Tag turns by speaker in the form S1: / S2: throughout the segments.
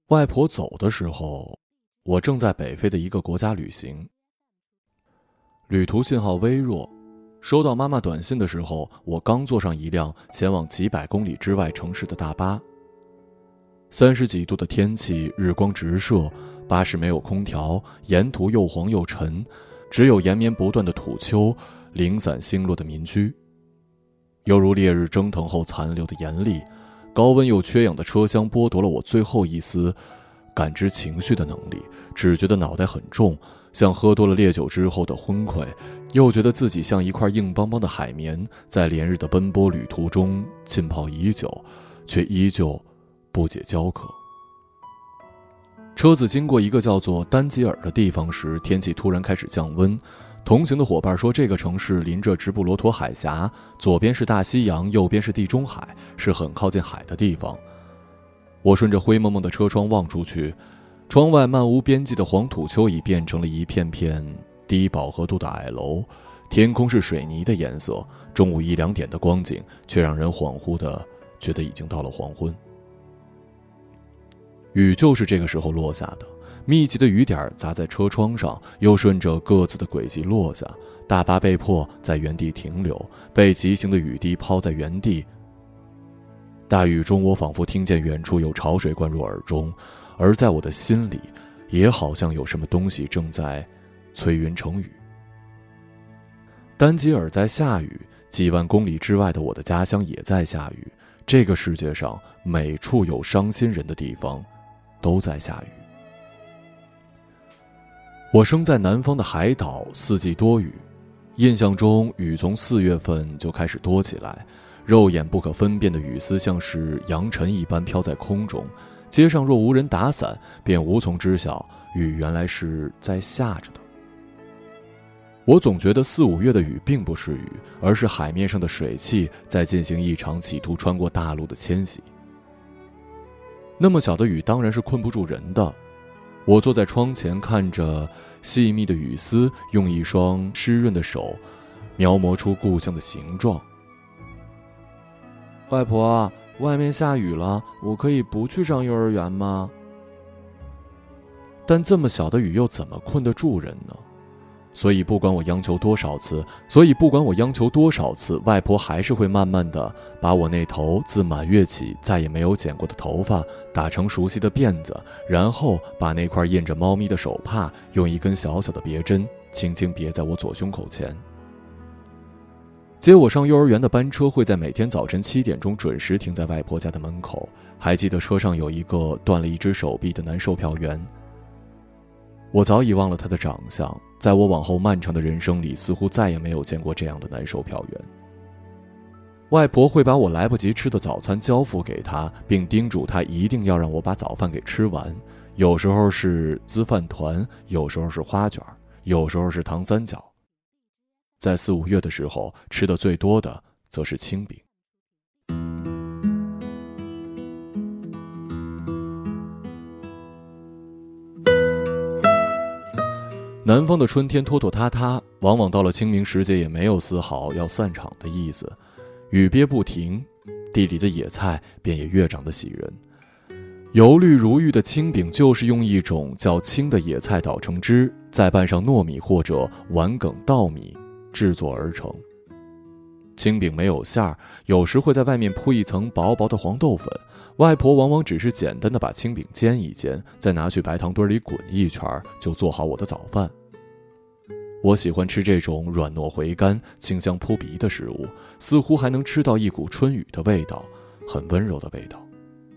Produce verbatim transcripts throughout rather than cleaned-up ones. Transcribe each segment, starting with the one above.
S1: 外婆走的时候，我正在北非的一个国家旅行。旅途信号微弱，收到妈妈短信的时候，我刚坐上一辆前往几百公里之外城市的大巴。三十几度的天气，日光直射，巴士没有空调，沿途又黄又沉，只有延绵不断的土丘，零散星落的民居，犹如烈日蒸腾后残留的盐粒。高温又缺氧的车厢剥夺了我最后一丝感知情绪的能力，只觉得脑袋很重，像喝多了烈酒之后的昏聩，又觉得自己像一块硬邦邦的海绵，在连日的奔波旅途中浸泡已久，却依旧不解焦渴。车子经过一个叫做丹吉尔的地方时，天气突然开始降温。同行的伙伴说，这个城市临着直布罗陀海峡，左边是大西洋，右边是地中海，是很靠近海的地方。我顺着灰蒙蒙的车窗望出去，窗外漫无边际的黄土丘已变成了一片片低饱和度的矮楼，天空是水泥的颜色，中午一两点的光景却让人恍惚地觉得已经到了黄昏。雨就是这个时候落下的，密集的雨点砸在车窗上，又顺着各自的轨迹落下，大巴被迫在原地停留，被急行的雨滴抛在原地。大雨中，我仿佛听见远处有潮水灌入耳中，而在我的心里，也好像有什么东西正在催云成雨。丹吉尔在下雨，几万公里之外的我的家乡也在下雨。这个世界上每处有伤心人的地方，都在下雨。我生在南方的海岛，四季多雨，印象中雨从四月份就开始多起来，肉眼不可分辨的雨丝像是扬尘一般飘在空中，街上若无人打伞，便无从知晓雨原来是在下着的。我总觉得四五月的雨并不是雨，而是海面上的水汽在进行一场企图穿过大陆的迁徙。那么小的雨当然是困不住人的。我坐在窗前，看着细密的雨丝用一双湿润的手描摹出故乡的形状。外婆，外面下雨了，我可以不去上幼儿园吗？但这么小的雨又怎么困得住人呢？所以不管我央求多少次，所以不管我央求多少次，外婆还是会慢慢的把我那头自满月起再也没有剪过的头发打成熟悉的辫子，然后把那块印着猫咪的手帕用一根小小的别针轻轻别在我左胸口前。接我上幼儿园的班车会在每天早晨七点钟准时停在外婆家的门口，还记得车上有一个断了一只手臂的男售票员。我早已忘了他的长相，在我往后漫长的人生里，似乎再也没有见过这样的男售票员。外婆会把我来不及吃的早餐交付给他，并叮嘱他一定要让我把早饭给吃完，有时候是粢饭团，有时候是花卷，有时候是糖三角。在四五月的时候，吃的最多的则是青饼。南方的春天拖拖沓沓，往往到了清明时节也没有丝毫要散场的意思，雨憋不停，地里的野菜便也越长得喜人。油绿如玉的青饼就是用一种叫青的野菜捣成汁，再拌上糯米或者丸梗稻米制作而成。青饼没有馅儿，有时会在外面铺一层薄薄的黄豆粉，外婆往往只是简单的把青饼煎一煎，再拿去白糖堆里滚一圈，就做好我的早饭。我喜欢吃这种软糯回甘、清香扑鼻的食物，似乎还能吃到一股春雨的味道，很温柔的味道。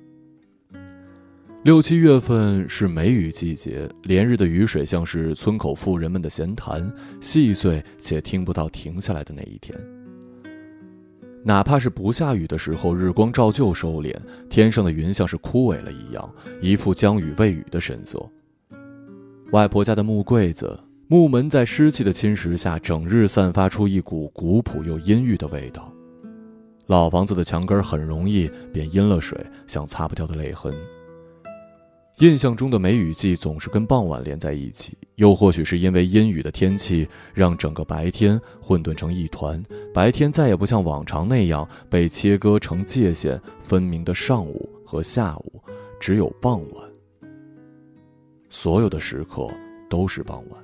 S1: 六七月份是梅雨季节，连日的雨水像是村口妇人们的闲谈，细碎且听不到停下来的那一天。哪怕是不下雨的时候，日光照旧收敛，天上的云像是枯萎了一样，一副将雨未雨的神色。外婆家的木柜子、木门在湿气的侵蚀下，整日散发出一股古朴又阴郁的味道。老房子的墙根很容易便阴了水，像擦不掉的泪痕。印象中的梅雨季总是跟傍晚连在一起，又或许是因为阴雨的天气让整个白天混沌成一团，白天再也不像往常那样被切割成界限分明的上午和下午，只有傍晚所有的时刻都是傍晚。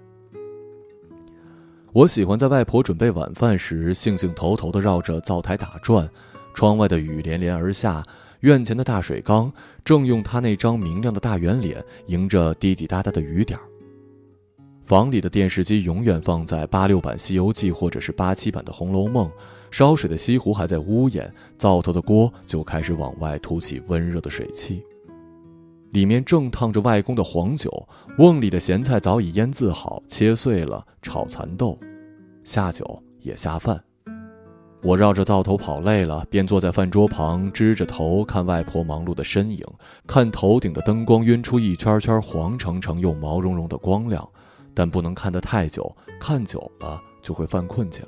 S1: 我喜欢在外婆准备晚饭时，兴兴头头地绕着灶台打转，窗外的雨连连而下，院前的大水缸正用她那张明亮的大圆脸迎着滴滴答答的雨点儿。房里的电视机永远放在八六版《西游记》或者是八七版的《红楼梦》，烧水的西湖还在呜咽，灶头的锅就开始往外吐起温热的水汽，里面正烫着外公的黄酒，瓮里的咸菜早已腌制好，切碎了炒蚕豆，下酒也下饭。我绕着灶头跑累了，便坐在饭桌旁，支着头看外婆忙碌的身影，看头顶的灯光晕出一圈圈黄澄澄又毛茸茸的光亮，但不能看得太久，看久了就会犯困起来。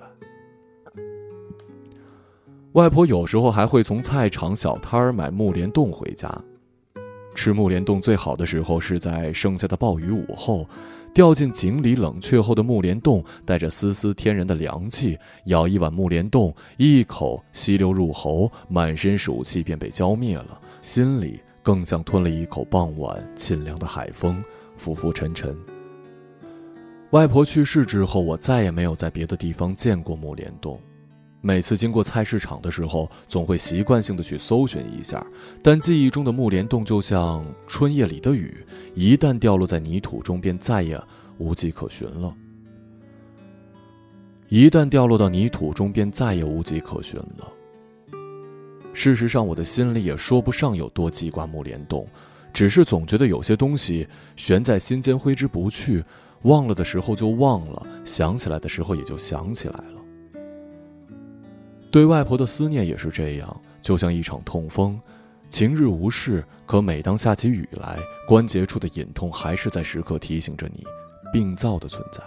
S1: 外婆有时候还会从菜场小摊儿买木莲冻回家。吃木莲冻最好的时候是在盛夏的暴雨午后，掉进井里冷却后的木莲冻带着丝丝天然的凉气，舀一碗木莲冻，一口吸溜入喉，满身暑气便被浇灭了，心里更像吞了一口傍晚沁凉的海风，浮浮沉沉。外婆去世之后，我再也没有在别的地方见过木莲冻。每次经过菜市场的时候，总会习惯性的去搜寻一下，但记忆中的木莲冻就像春夜里的雨，一旦掉落在泥土中，便再也无迹可寻了。一旦掉落到泥土中，便再也无迹可寻了。事实上，我的心里也说不上有多记挂木莲冻，只是总觉得有些东西悬在心间挥之不去，忘了的时候就忘了，想起来的时候也就想起来了。对外婆的思念也是这样，就像一场痛风，晴日无事，可每当下起雨来，关节处的隐痛还是在时刻提醒着你病灶的存在。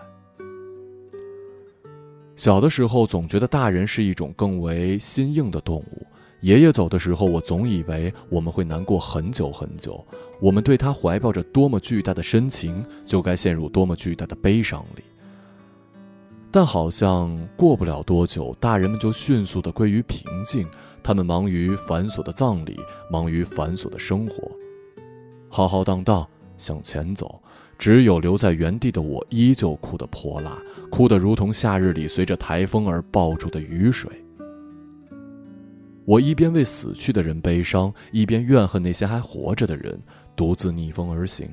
S1: 小的时候总觉得大人是一种更为心硬的动物，爷爷走的时候，我总以为我们会难过很久很久，我们对他怀抱着多么巨大的深情，就该陷入多么巨大的悲伤里。但好像过不了多久，大人们就迅速地归于平静，他们忙于繁琐的葬礼，忙于繁琐的生活，浩浩荡荡向前走，只有留在原地的我依旧哭得泼辣，哭得如同夏日里随着台风而爆出的雨水。我一边为死去的人悲伤，一边怨恨那些还活着的人，独自逆风而行。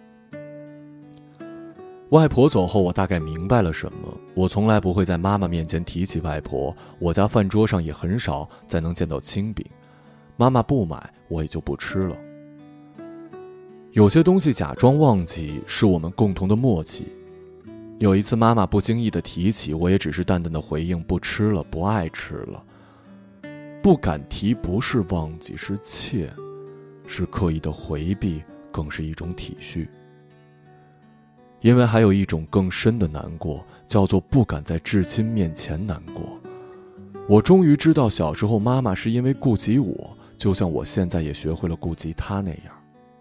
S1: 外婆走后，我大概明白了什么。我从来不会在妈妈面前提起外婆，我家饭桌上也很少再能见到青饼，妈妈不买，我也就不吃了。有些东西假装忘记，是我们共同的默契。有一次妈妈不经意地提起，我也只是淡淡的回应，不吃了，不爱吃了。不敢提不是忘记，是怯，是刻意的回避，更是一种体恤。因为还有一种更深的难过，叫做不敢在至亲面前难过。我终于知道，小时候妈妈是因为顾及我，就像我现在也学会了顾及她那样。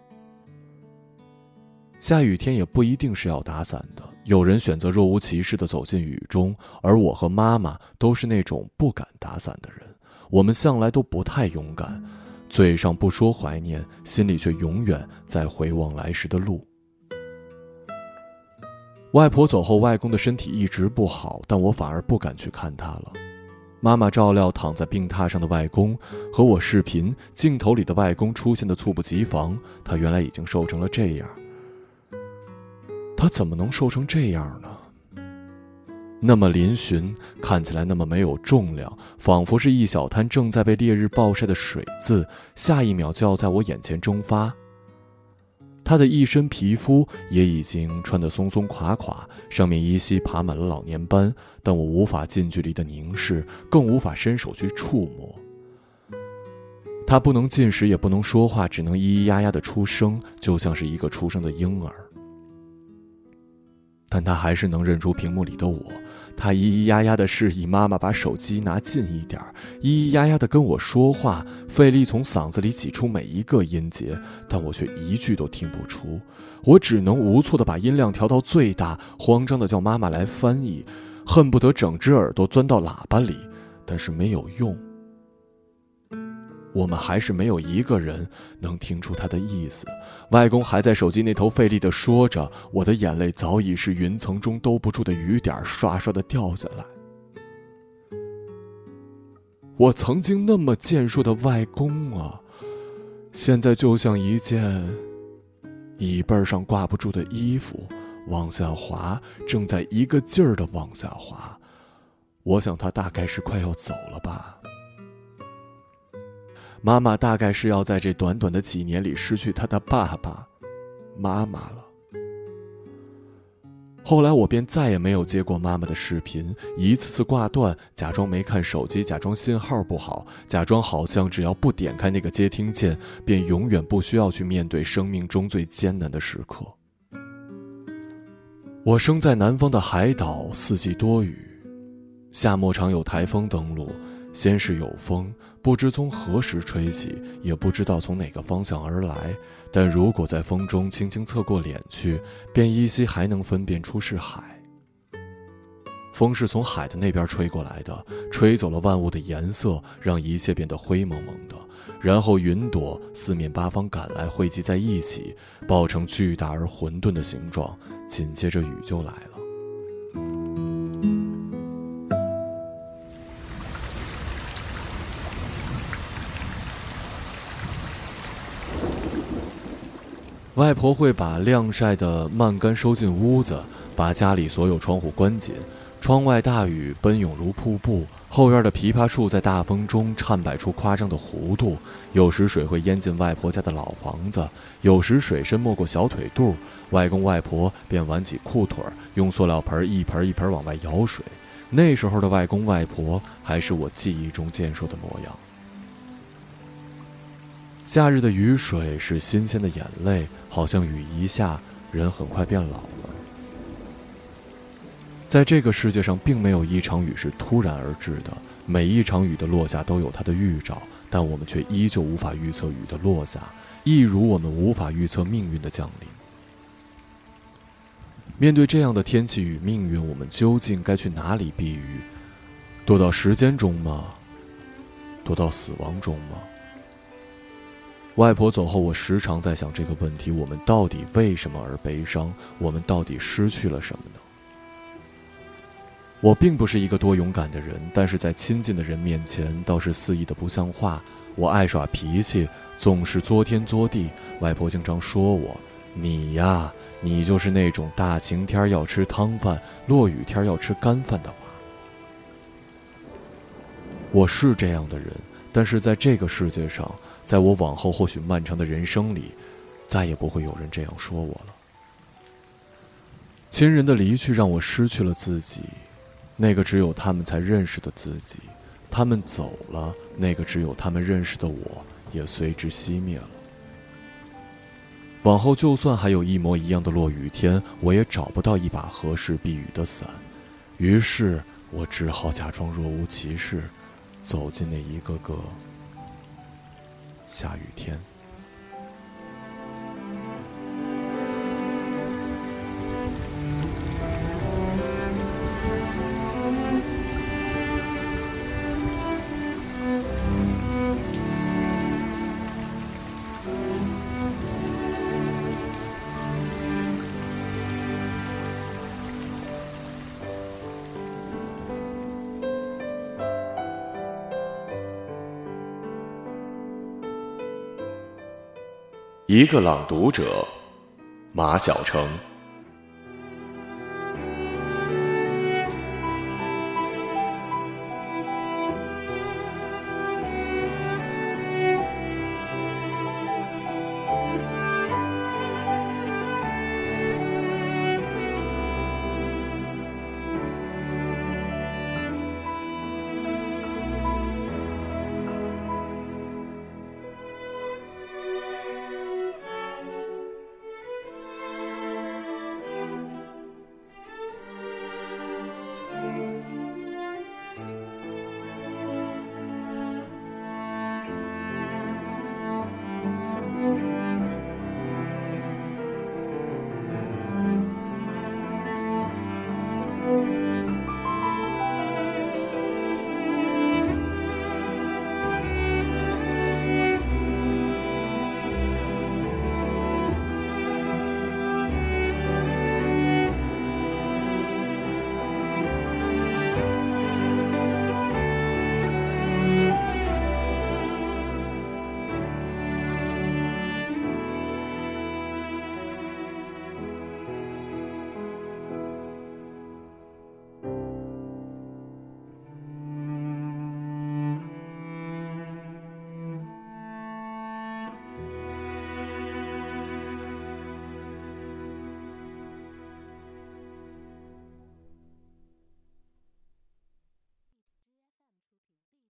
S1: 下雨天也不一定是要打伞的，有人选择若无其事地走进雨中，而我和妈妈都是那种不敢打伞的人。我们向来都不太勇敢，嘴上不说怀念，心里却永远在回望来时的路。外婆走后，外公的身体一直不好，但我反而不敢去看他了。妈妈照料躺在病榻上的外公，和我视频，镜头里的外公出现的猝不及防，他原来已经瘦成了这样。他怎么能瘦成这样呢？那么嶙峋，看起来那么没有重量，仿佛是一小滩正在被烈日暴晒的水渍，下一秒就要在我眼前蒸发。他的一身皮肤也已经穿得松松垮垮，上面依稀爬满了老年斑，但我无法近距离的凝视，更无法伸手去触摸。他不能进食，也不能说话，只能咿咿呀呀的出声，就像是一个出生的婴儿。但他还是能认出屏幕里的我，他咿咿呀呀的示意妈妈把手机拿近一点，咿咿呀呀的跟我说话，费力从嗓子里挤出每一个音节，但我却一句都听不出。我只能无措的把音量调到最大，慌张的叫妈妈来翻译，恨不得整只耳朵钻到喇叭里，但是没有用。 我们还是没有一个人能听出他的意思。外公还在手机那头费力地说着，我的眼泪早已是云层中兜不住的雨点，刷刷地掉下来。我曾经那么健硕的外公啊，现在就像一件椅背上挂不住的衣服，往下滑，正在一个劲儿地往下滑。我想他大概是快要走了吧。妈妈大概是要在这短短的几年里失去她的爸爸、妈妈了。后来我便再也没有接过妈妈的视频，一次次挂断，假装没看手机，假装信号不好，假装好像只要不点开那个接听键，便永远不需要去面对生命中最艰难的时刻。我生在南方的海岛，四季多雨，夏末常有台风登陆，先是有风，不知从何时吹起，也不知道从哪个方向而来，但如果在风中轻轻侧过脸去，便依稀还能分辨出是海。风是从海的那边吹过来的，吹走了万物的颜色，让一切变得灰蒙蒙的，然后云朵四面八方赶来，汇集在一起，抱成巨大而混沌的形状，紧接着雨就来了。外婆会把晾晒的慢干收进屋子，把家里所有窗户关紧，窗外大雨奔涌如瀑布，后院的枇杷树在大风中颤摆出夸张的弧度，有时水会淹进外婆家的老房子，有时水深没过小腿肚，外公外婆便挽起裤腿，用塑料盆一盆一盆往外舀水。那时候的外公外婆还是我记忆中健硕的模样。夏日的雨水是新鲜的眼泪，好像雨一下，人很快变老了。在这个世界上，并没有一场雨是突然而至的，每一场雨的落下都有它的预兆，但我们却依旧无法预测雨的落下，一如我们无法预测命运的降临。面对这样的天气与命运，我们究竟该去哪里避雨？躲到时间中吗？躲到死亡中吗？外婆走后，我时常在想这个问题：我们到底为什么而悲伤？我们到底失去了什么呢？我并不是一个多勇敢的人，但是在亲近的人面前倒是肆意的不像话。我爱耍脾气，总是作天作地。外婆经常说我：你呀，你就是那种大晴天要吃汤饭，落雨天要吃干饭的娃。我是这样的人，但是在这个世界上，在我往后或许漫长的人生里，再也不会有人这样说我了。亲人的离去让我失去了自己，那个只有他们才认识的自己。他们走了，那个只有他们认识的我也随之熄灭了。往后就算还有一模一样的落雨天，我也找不到一把合适避雨的伞，于是我只好假装若无其事，走进那一个个下雨天。
S2: 一个朗读者，马晓成。